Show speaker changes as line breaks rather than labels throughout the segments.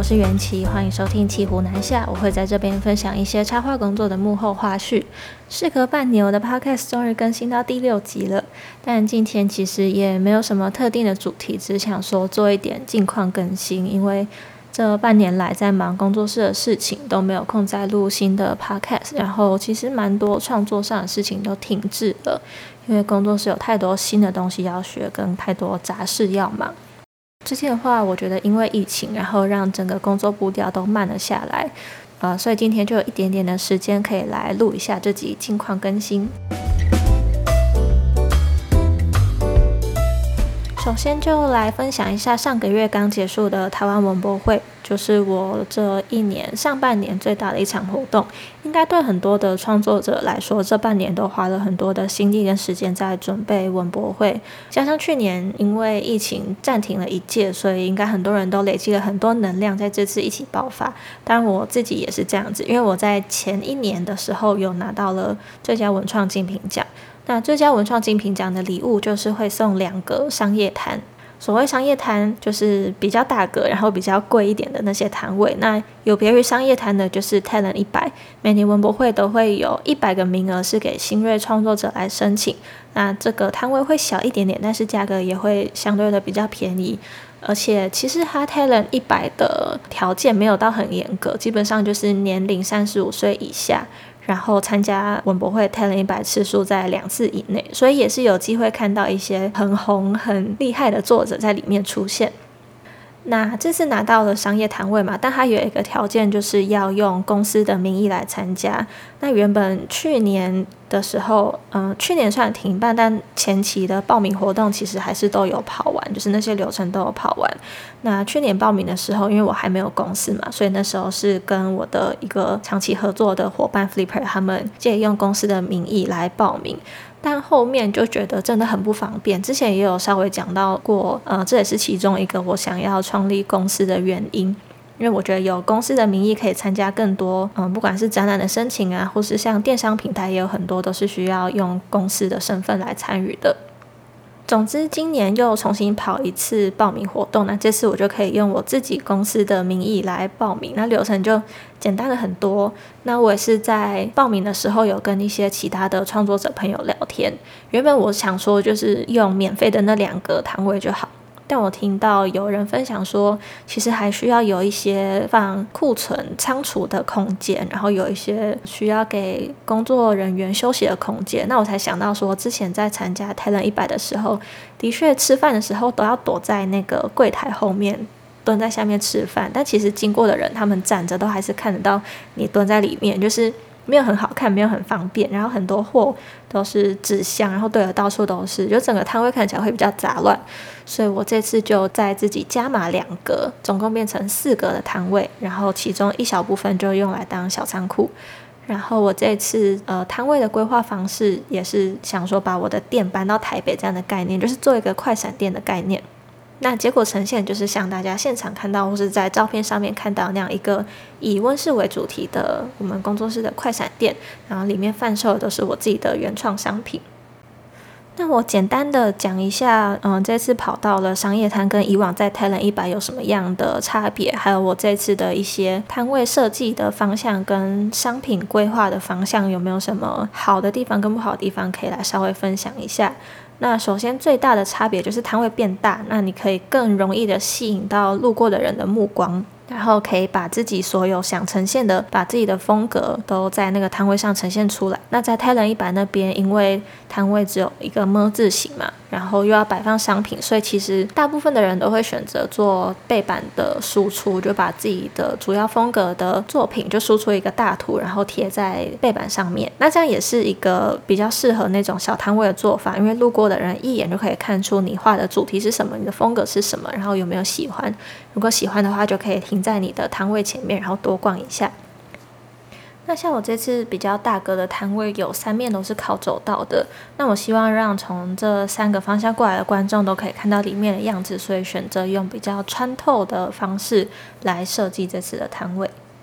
是元琪，欢迎收听骑虎南下。我会在这边分享一些插画工作的幕后花絮。事隔半年，我的 podcast 终于更新到第6集了。但今天其实也没有什么特定的主题，只想说做一点近况更新，因为这半年来在忙工作室的事情，都没有空再录新的 podcast。然后其实蛮多创作上的事情都停滞了，因为工作室有太多新的东西要学，跟太多杂事要忙。最近的话，我觉得因为疫情，然后让整个工作步调都慢了下来，所以今天就有一点点的时间可以来录一下这集近况更新。首先就来分享一下上个月刚结束的台湾文博会，就是我这一年上半年最大的一场活动。应该对很多的创作者来说，这半年都花了很多的心力跟时间在准备文博会，加上去年因为疫情暂停了一届，所以应该很多人都累积了很多能量在这次一起爆发。当然我自己也是这样子，因为我在前一年的时候有拿到了最佳文创精品奖。那最佳文创精品奖的礼物就是会送2个商业摊。所谓商业摊就是比较大个，然后比较贵一点的那些摊位。那有别于商业摊的就是 Talent 100，每年文博会都会有100个名额是给新锐创作者来申请。那这个摊位会小一点点，但是价格也会相对的比较便宜。而且其实它 Talent 100的条件没有到很严格，基本上就是年龄35岁以下，然后参加文博会 Talent 100次数在2次以内，所以也是有机会看到一些很红很厉害的作者在里面出现。那这次拿到了商业摊位嘛，但它有一个条件，就是要用公司的名义来参加。那原本去年的时候，去年虽然停办，但前期的报名活动其实还是都有跑完，就是那些流程都有跑完。那去年报名的时候，因为我还没有公司嘛，所以那时候是跟我的一个长期合作的伙伴 Flipper 他们借用公司的名义来报名。但后面就觉得真的很不方便，之前也有稍微讲到过，这也是其中一个我想要创立公司的原因，因为我觉得有公司的名义可以参加更多，不管是展览的申请啊，或是像电商平台也有很多都是需要用公司的身份来参与的。总之今年又重新跑一次报名活动，那这次我就可以用我自己公司的名义来报名，那流程就简单了很多。那我也是在报名的时候有跟一些其他的创作者朋友聊天，原本我想说就是用免费的那2个摊位就好，但我听到有人分享说，其实还需要有一些放库存仓储的空间，然后有一些需要给工作人员休息的空间。那我才想到说，之前在参加 Talent 100的时候，的确吃饭的时候都要躲在那个柜台后面，蹲在下面吃饭，但其实经过的人他们站着都还是看得到你蹲在里面，就是没有很好看，没有很方便，然后很多货都是纸箱，然后堆的到处都是，就整个摊位看起来会比较杂乱。所以我这次就在自己加码2个，总共变成4个的摊位，然后其中一小部分就用来当小仓库。然后我这次摊位的规划方式也是想说把我的店搬到台北这样的概念，就是做一个快闪店的概念。那结果呈现就是像大家现场看到或是在照片上面看到那样一个以温室为主题的我们工作室的快闪店，然后里面贩售的都是我自己的原创商品。那我简单的讲一下，这次跑到了商业摊跟以往在 Talent 100有什么样的差别，还有我这次的一些摊位设计的方向跟商品规划的方向有没有什么好的地方跟不好的地方可以来稍微分享一下。那首先最大的差别就是摊位变大，那你可以更容易的吸引到路过的人的目光，然后可以把自己所有想呈现的，把自己的风格都在那个摊位上呈现出来。那在 Talent 100那边，因为摊位只有一个 M 字形嘛，然后又要摆放商品，所以其实大部分的人都会选择做背板的输出，就把自己的主要风格的作品就输出一个大图，然后贴在背板上面。那这样也是一个比较适合那种小摊位的做法，因为路过的人一眼就可以看出你画的主题是什么，你的风格是什么，然后有没有喜欢。如果喜欢的话，就可以停在你的摊位前面，然后多逛一下。那像我这次比较大个的摊位有3面都是靠走道的，那我希望让从这3个方向过来的观众都可以看到里面的样子，所以选择用比较穿透的方式来设计这次的摊位。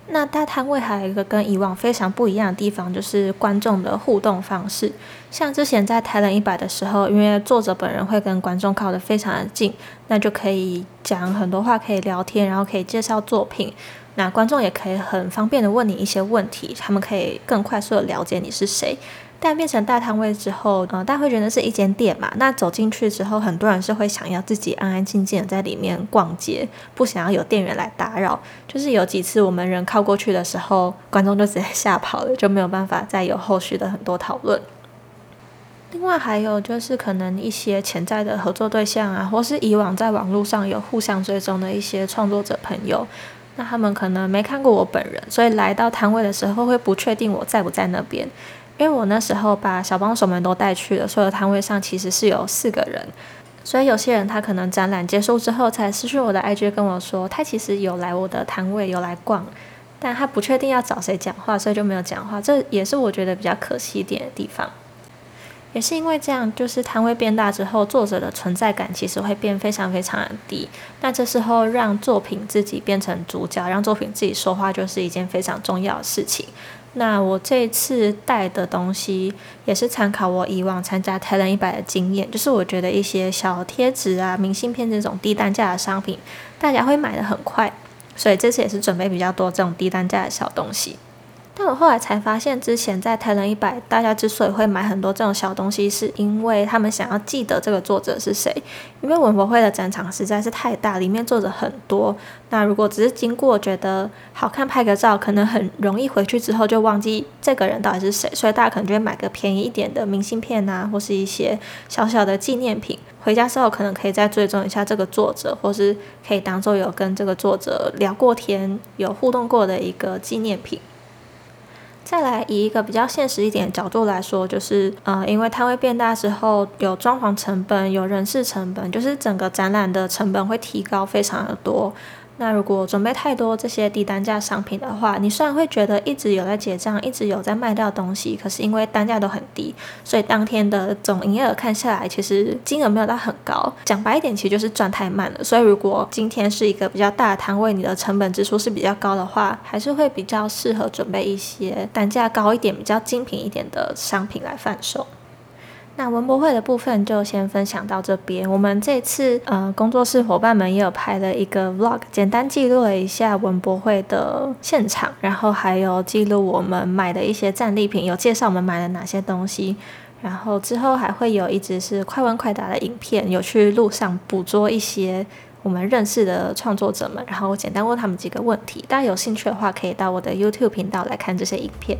那大摊位还有一个跟以往非常不一样的地方，就是观众的互动方式。像之前在台人100的时候，因为作者本人会跟观众靠得非常的近，那就可以讲很多话，可以聊天，然后可以介绍作品。那观众也可以很方便的问你一些问题，他们可以更快速的了解你是谁。但变成大摊位之后，大家会觉得是一间店嘛，那走进去之后，很多人是会想要自己安安静静的在里面逛街，不想要有店员来打扰。就是有几次我们人靠过去的时候，观众就直接吓跑了，就没有办法再有后续的很多讨论。另外还有就是可能一些潜在的合作对象啊，或是以往在网络上有互相追踪的一些创作者朋友，那他们可能没看过我本人，所以来到摊位的时候会不确定我在不在那边。因为我那时候把小帮手们都带去了，所有摊位上其实是有4个人，所以有些人他可能展览结束之后才私讯我的 IG 跟我说，他其实有来我的摊位，有来逛，但他不确定要找谁讲话，所以就没有讲话。这也是我觉得比较可惜一点的地方。也是因为这样，就是摊位变大之后，作者的存在感其实会变非常非常的低。那这时候让作品自己变成主角，让作品自己说话，就是一件非常重要的事情。那我这一次带的东西也是参考我以往参加台人100的经验，就是我觉得一些小贴纸啊、明信片这种低单价的商品，大家会买得很快，所以这次也是准备比较多这种低单价的小东西。但我后来才发现，之前在台人100，大家之所以会买很多这种小东西，是因为他们想要记得这个作者是谁。因为文博会的展场实在是太大，里面作者很多。那如果只是经过觉得好看拍个照，可能很容易回去之后就忘记这个人到底是谁，所以大家可能就会买个便宜一点的明信片啊，或是一些小小的纪念品。回家之后可能可以再追踪一下这个作者，或是可以当作有跟这个作者聊过天、有互动过的一个纪念品。再来以一个比较现实一点的角度来说，就是因为摊位变大之后，有装潢成本，有人事成本，就是整个展览的成本会提高非常的多。那如果准备太多这些低单价商品的话，你虽然会觉得一直有在结账，一直有在卖掉东西，可是因为单价都很低，所以当天的总营业额看下来，其实金额没有到很高。讲白一点，其实就是赚太慢了。所以如果今天是一个比较大的摊位，你的成本支出是比较高的话，还是会比较适合准备一些单价高一点、比较精品一点的商品来贩售。那文博会的部分就先分享到这边。我们这次工作室伙伴们也有拍了一个 vlog， 简单记录了一下文博会的现场，然后还有记录我们买的一些战利品，有介绍我们买了哪些东西。然后之后还会有一支是快问快答的影片，有去路上捕捉一些我们认识的创作者们，然后简单问他们几个问题。大家有兴趣的话，可以到我的 YouTube 频道来看这些影片。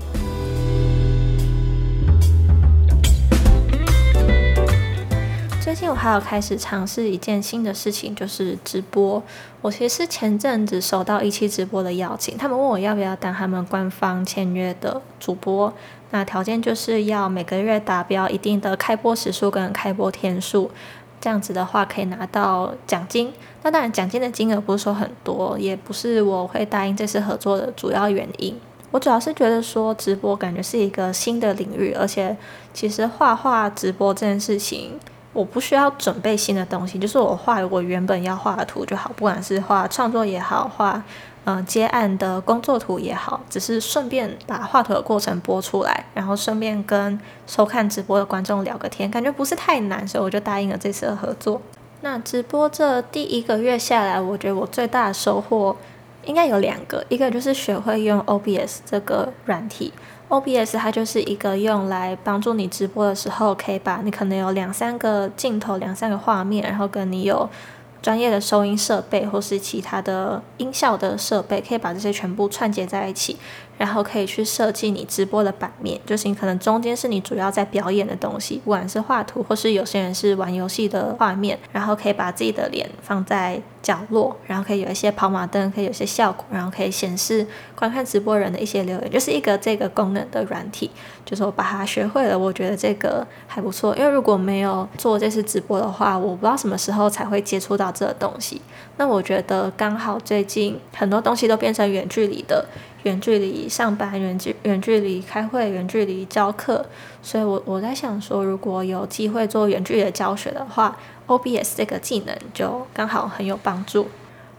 最近我还有开始尝试一件新的事情，就是直播。我其实前阵子收到17直播的邀请，他们问我要不要当他们官方签约的主播。那条件就是要每个月达标一定的开播时数跟开播天数，这样子的话可以拿到奖金。那当然奖金的金额不是说很多，也不是我会答应这次合作的主要原因。我主要是觉得说直播感觉是一个新的领域，而且其实画画直播这件事情，我不需要准备新的东西，就是我画我原本要画的图就好，不管是画创作也好，画接案的工作图也好，只是顺便把画图的过程播出来，然后顺便跟收看直播的观众聊个天，感觉不是太难，所以我就答应了这次的合作。那直播这第1个月下来，我觉得我最大的收获应该有2个，一个就是学会用 OBS 这个软体。OBS 它就是一个用来帮助你直播的时候，可以把你可能有2-3个镜头、2-3个画面，然后跟你有专业的收音设备或是其他的音效的设备，可以把这些全部串接在一起，然后可以去设计你直播的版面，就是你可能中间是你主要在表演的东西，不管是画图或是有些人是玩游戏的画面，然后可以把自己的脸放在角落，然后可以有一些跑马灯，可以有一些效果，然后可以显示观看直播人的一些留言，就是一个这个功能的软体。就是我把它学会了，我觉得这个还不错，因为如果没有做这次直播的话，我不知道什么时候才会接触到这个东西。那我觉得刚好最近很多东西都变成远距离的，远距离上班，远距离开会，远距离教课，所以我在想说，如果有机会做远距离的教学的话，OBS 这个技能就刚好很有帮助。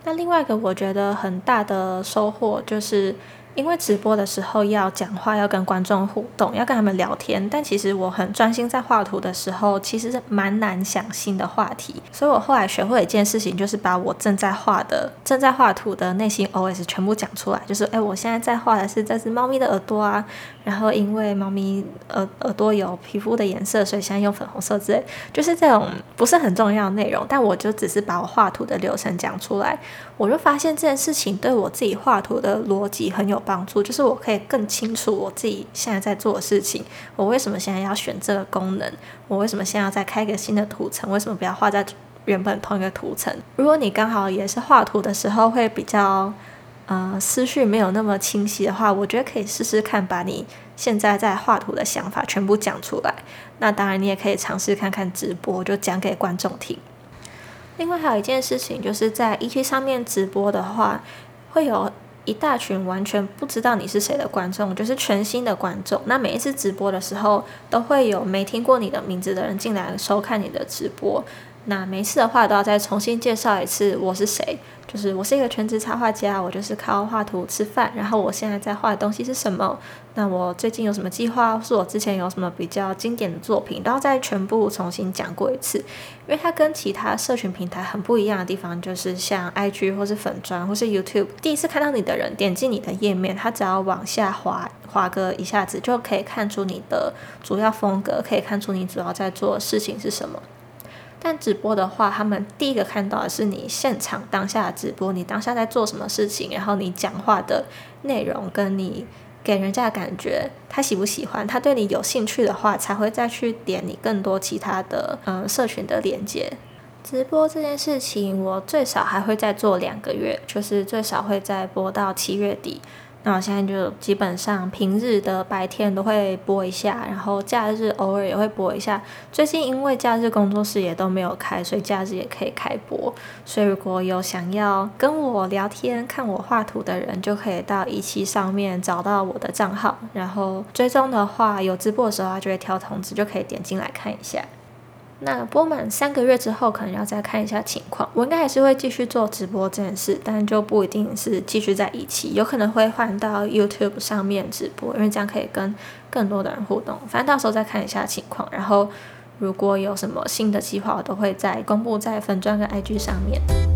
那另外一个我觉得很大的收获就是因为直播的时候要讲话，要跟观众互动，要跟他们聊天，但其实我很专心在画图的时候，其实是蛮难想新的话题，所以我后来学会一件事情，就是把我正在画图的内心 OS 全部讲出来，就是我现在在画的是这只猫咪的耳朵啊，然后因为猫咪耳朵有皮肤的颜色，所以现在用粉红色之类，就是这种不是很重要的内容，但我就只是把我画图的流程讲出来，我就发现这件事情对我自己画图的逻辑很有帮助，就是我可以更清楚我自己现在在做的事情，我为什么现在要选这个功能，我为什么现在要再开一个新的图层，为什么不要画在原本同一个图层。如果你刚好也是画图的时候会比较思绪没有那么清晰的话，我觉得可以试试看把你现在在画图的想法全部讲出来，那当然你也可以尝试看看直播，就讲给观众听。另外还有一件事情，就是在ET上面直播的话，会有一大群完全不知道你是谁的观众，就是全新的观众。那每一次直播的时候，都会有没听过你的名字的人进来收看你的直播。那每一次的话都要再重新介绍一次我是谁，就是我是一个全职插画家，我就是靠画图吃饭，然后我现在在画的东西是什么，那我最近有什么计划，或是我之前有什么比较经典的作品，都要再全部重新讲过一次。因为它跟其他社群平台很不一样的地方，就是像 IG 或是粉专或是 YouTube， 第一次看到你的人点进你的页面，他只要往下滑个一下子，就可以看出你的主要风格，可以看出你主要在做的事情是什么。但直播的话，他们第一个看到的是你现场当下的直播，你当下在做什么事情，然后你讲话的内容跟你给人家的感觉，他喜不喜欢，他对你有兴趣的话，才会再去点你更多其他的社群的连接。直播这件事情，我最少还会再做2个月，就是最少会再播到7月底。那我现在就基本上平日的白天都会播一下，然后假日偶尔也会播一下。最近因为假日工作室也都没有开，所以假日也可以开播。所以如果有想要跟我聊天、看我画图的人，就可以到17上面找到我的账号，然后追踪的话，有直播的时候它就会跳通知，就可以点进来看一下。那播满3个月之后，可能要再看一下情况。我应该还是会继续做直播这件事，但就不一定是继续在一起，有可能会换到 YouTube 上面直播，因为这样可以跟更多的人互动。反正到时候再看一下情况，然后如果有什么新的计划，我都会再公布在粉专跟 IG 上面。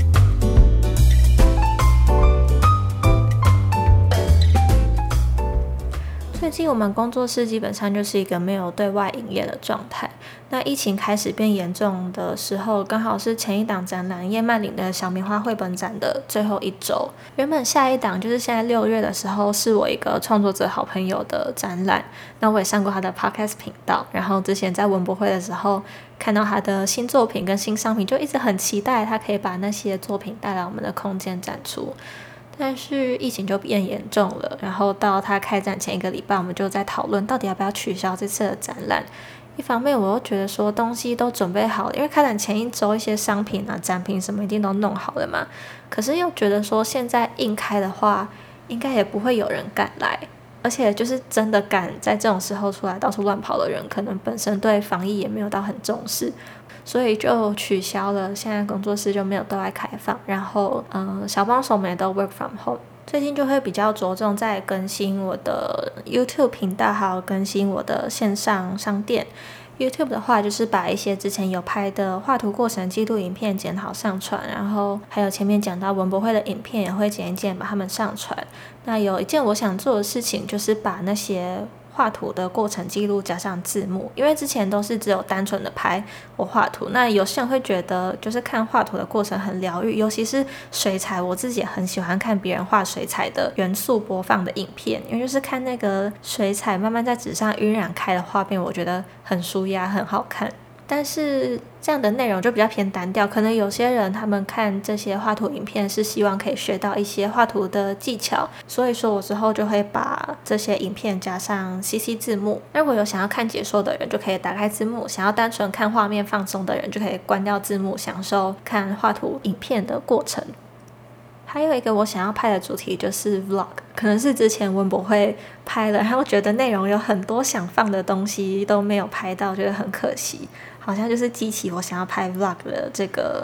最近我们工作室基本上就是一个没有对外营业的状态。那疫情开始变严重的时候，刚好是前一档展览叶曼玲的小棉花绘本展的最后一周。原本下一档就是现在6月的时候，是我一个创作者好朋友的展览。那我也上过他的 podcast 频道，然后之前在文博会的时候看到他的新作品跟新商品，就一直很期待他可以把那些作品带来我们的空间展出。但是疫情就变严重了，然后到他开展前1个礼拜，我们就在讨论到底要不要取消这次的展览。一方面我又觉得说东西都准备好了，因为开展前1周一些商品啊、展品什么一定都弄好了嘛，可是又觉得说现在硬开的话，应该也不会有人敢来，而且就是真的敢在这种时候出来到处乱跑的人，可能本身对防疫也没有到很重视，所以就取消了，现在工作室就没有对外开放，然后小帮手们也都 work from home。最近就会比较着重在更新我的 YouTube 频道，还有更新我的线上商店。YouTube 的话，就是把一些之前有拍的画图过程记录影片剪好上传，然后还有前面讲到文博会的影片也会剪一剪把它们上传。那有一件我想做的事情，就是把那些画图的过程记录加上字幕，因为之前都是只有单纯的拍我画图，那有些人会觉得就是看画图的过程很疗愈，尤其是水彩，我自己也很喜欢看别人画水彩的元素播放的影片，因为就是看那个水彩慢慢在纸上晕染开的画面，我觉得很舒压很好看。但是这样的内容就比较偏单调，可能有些人他们看这些画图影片是希望可以学到一些画图的技巧，所以说我之后就会把这些影片加上 CC 字幕。如果有想要看解说的人就可以打开字幕，想要单纯看画面放松的人就可以关掉字幕，享受看画图影片的过程。还有一个我想要拍的主题就是 vlog， 可能是之前文博会拍了，然后觉得内容有很多想放的东西都没有拍到，觉得很可惜，好像就是激起我想要拍 vlog 的这个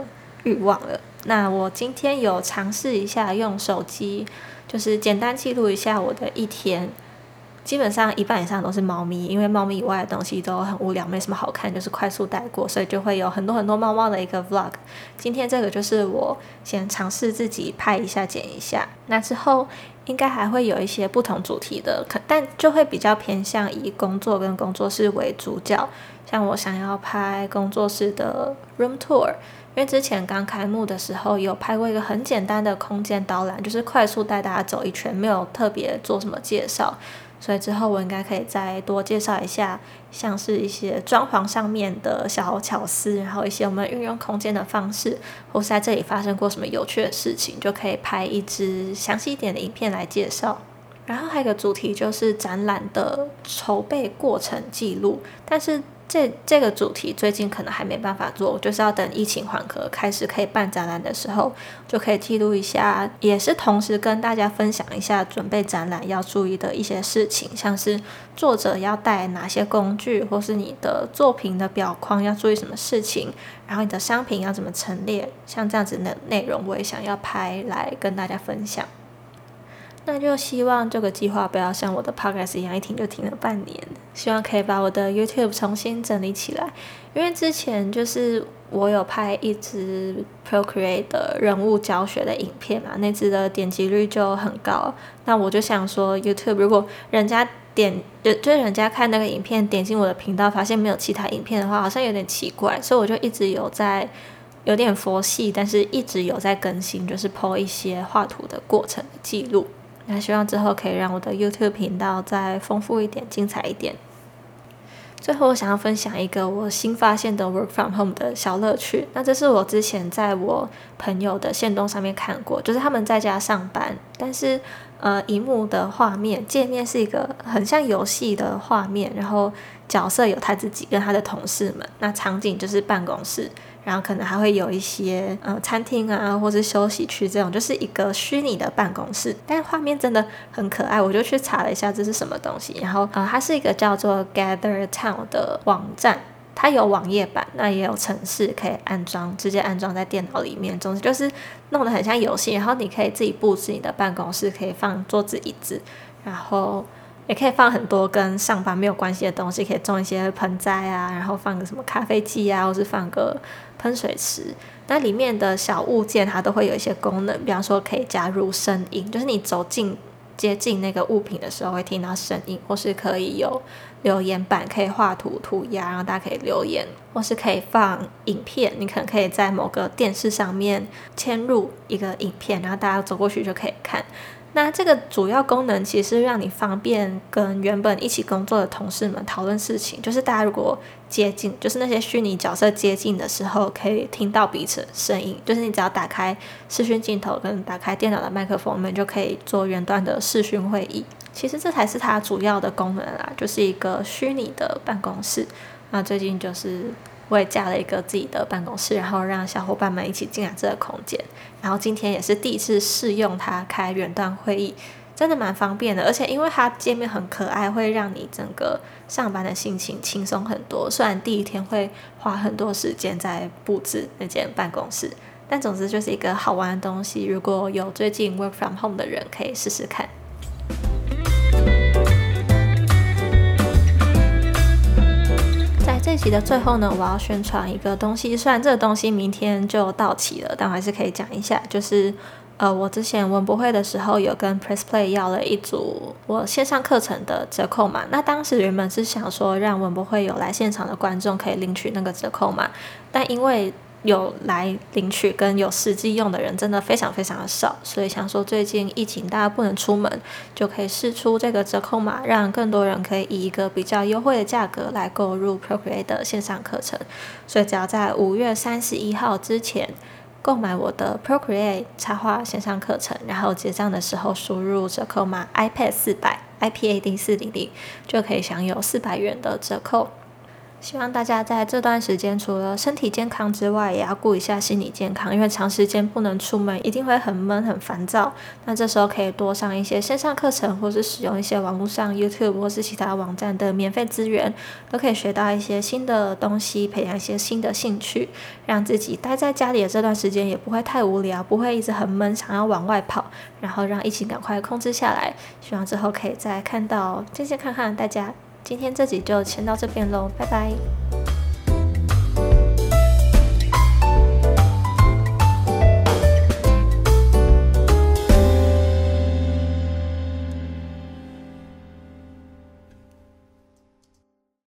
欲望了。那我今天有尝试一下用手机，就是简单记录一下我的一天。基本上一半以上都是猫咪，因为猫咪以外的东西都很无聊，没什么好看，就是快速带过，所以就会有很多很多猫猫的一个 vlog。今天这个就是我先尝试自己拍一下剪一下，那之后应该还会有一些不同主题的，但就会比较偏向以工作跟工作室为主角。像我想要拍工作室的 room tour，因为之前刚开幕的时候有拍过一个很简单的空间导览，就是快速带大家走一圈，没有特别做什么介绍，所以之后我应该可以再多介绍一下，像是一些装潢上面的小巧思，然后一些我们运用空间的方式，或是在这里发生过什么有趣的事情，就可以拍一支详细一点的影片来介绍。然后还有一个主题就是展览的筹备过程记录，但是这个主题最近可能还没办法做，就是要等疫情缓和开始可以办展览的时候，就可以记录一下，也是同时跟大家分享一下准备展览要注意的一些事情，像是作者要带哪些工具，或是你的作品的表框要注意什么事情，然后你的商品要怎么陈列，像这样子的内容我也想要拍来跟大家分享。那就希望这个计划不要像我的 podcast 一样一停就停了半年，希望可以把我的 YouTube 重新整理起来。因为之前就是我有拍一支 Procreate 的人物教学的影片嘛，那支的点击率就很高，那我就想说 YouTube 如果人家就是人家看那个影片点进我的频道发现没有其他影片的话，好像有点奇怪，所以我就一直有点佛系，但是一直有在更新，就是 po 一些画图的过程的记录。那希望之后可以让我的 YouTube 频道再丰富一点，精彩一点。最后我想要分享一个我新发现的 work from home 的小乐趣，那这是我之前在我朋友的限动上面看过，就是他们在家上班，但是萤幕的画面界面是一个很像游戏的画面，然后角色有他自己跟他的同事们，那场景就是办公室，然后可能还会有一些餐厅啊或是休息区，这种就是一个虚拟的办公室，但是画面真的很可爱，我就去查了一下这是什么东西，然后它是一个叫做 Gather Town 的网站，它有网页版，那也有程式可以直接安装在电脑里面，总之就是弄得很像游戏，然后你可以自己布置你的办公室，可以放桌子椅子，然后也可以放很多跟上班没有关系的东西，可以种一些盆栽啊，然后放个什么咖啡机啊，或是放个喷水池。那里面的小物件它都会有一些功能，比方说可以加入声音，就是你接近那个物品的时候会听到声音，或是可以有留言板，可以画图涂鸦，然后大家可以留言，或是可以放影片，你可能可以在某个电视上面嵌入一个影片，然后大家走过去就可以看。那这个主要功能其实是让你方便跟原本一起工作的同事们讨论事情，就是大家如果接近，就是那些虚拟角色接近的时候可以听到彼此的声音，就是你只要打开视讯镜头跟打开电脑的麦克风，我们就可以做远端的视讯会议。其实这才是它主要的功能啦，就是一个虚拟的办公室。那最近就是我也架了一个自己的办公室，然后让小伙伴们一起进来这个空间，然后今天也是第一次试用它开远端会议，真的蛮方便的，而且因为它界面很可爱，会让你整个上班的心情轻松很多，虽然第一天会花很多时间在布置那间办公室，但总之就是一个好玩的东西，如果有最近 work from home 的人可以试试看。在这集的最后呢，我要宣传一个东西，虽然这个东西明天就到期了，但我还是可以讲一下，就是我之前文博会的时候有跟 Press Play 要了一组我线上课程的折扣码，那当时原本是想说让文博会有来现场的观众可以领取那个折扣码，但因为有来领取跟有实际用的人真的非常非常的少，所以想说最近疫情大家不能出门，就可以释出这个折扣码，让更多人可以以一个比较优惠的价格来购入 Procreate 的线上课程，所以只要在5月31号之前购买我的 Procreate 插画线上课程，然后结账的时候输入折扣码 iPad 400 IPAD 400，就可以享有400元的折扣。 希望大家在这段时间除了身体健康之外，也要顾一下心理健康，因为长时间不能出门，一定会很闷很烦躁。那这时候可以多上一些线上课程，或是使用一些网络上 YouTube 或是其他网站的免费资源，都可以学到一些新的东西，培养一些新的兴趣，让自己待在家里的这段时间也不会太无聊，不会一直很闷，想要往外跑，然后让疫情赶快控制下来。希望之后可以再看到健健康康的大家。今天这集就先到这边咯，拜拜。